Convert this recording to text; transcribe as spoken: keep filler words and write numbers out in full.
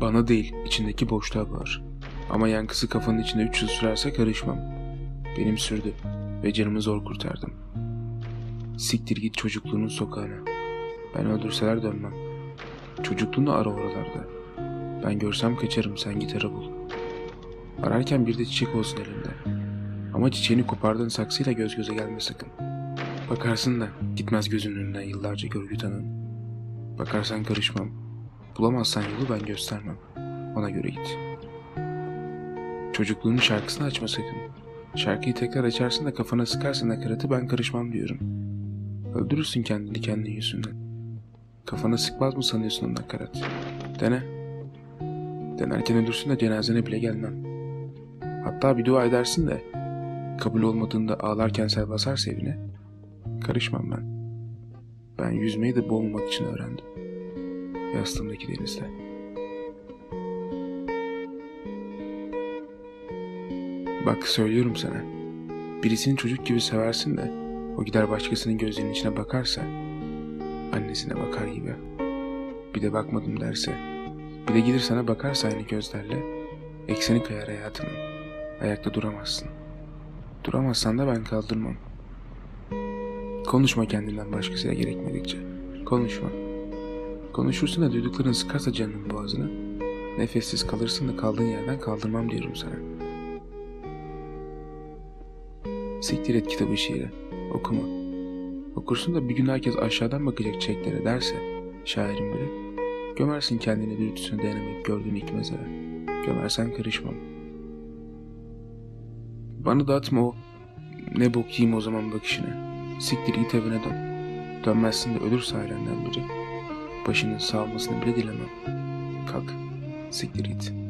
Bana değil, içindeki boşluğa bağır. Ama yankısı kafanın içinde üç yıl sürerse karışmam. Benim sürdü ve canımı zor kurtardım. Siktir git çocukluğunun sokağına. Ben öldürseler dönmem. Çocukluğunu ara oralarda. Ben görsem kaçarım, sen gitarı bul. Ararken bir de çiçek olsun elinde. Ama çiçeğini kopardığın saksıyla göz göze gelme sakın. Bakarsın da gitmez gözünün önünden yıllarca görgü tanın. Bakarsan karışmam. Bulamazsan yolu ben göstermem. Ona göre git. Çocukluğunun şarkısını açma sakın. Şarkıyı tekrar açarsın da kafana sıkarsın nakaratı, ben karışmam diyorum. Öldürürsün kendini kendin yüzünden. Kafana sıkmaz mı sanıyorsun o nakarat? Dene. Denerken ölürsün de cenazene bile gelmem. Hatta bir dua edersin de kabul olmadığında ağlarken sel basarsa evine, karışmam ben. Ben yüzmeyi de boğulmak için öğrendim. Yastığımdaki denizde. Bak söylüyorum sana. Birisini çocuk gibi seversin de o gider başkasının gözlerinin içine bakarsa, annesine bakar gibi. Bir de bakmadım derse, bir de gelir sana bakarsa aynı gözlerle, ekseni kayar hayatının. Ayakta duramazsın. Duramazsan da ben kaldırmam. Konuşma kendinden başkasıyla gerekmedikçe. Konuşma. Konuşursun da duydukların sıkarsa canının boğazını, nefessiz kalırsın da kaldığın yerden kaldırmam diyorum sana. Siktir et kitabı şiiri. Okuma. Okursun da bir gün herkes aşağıdan bakacak çiçeklere derse, şairin biri, gömersin kendini dürtüsüne dayanamayıp gördüğün iki mezara. Gömersen karışmam. Bana da atma o ne bok yiyeyim o zaman bakışını. Siktir git evine dön. Dönmezsin de ölürse ailenden biri, başının sağ olmasını bile dilemem. Kalk, siktir git.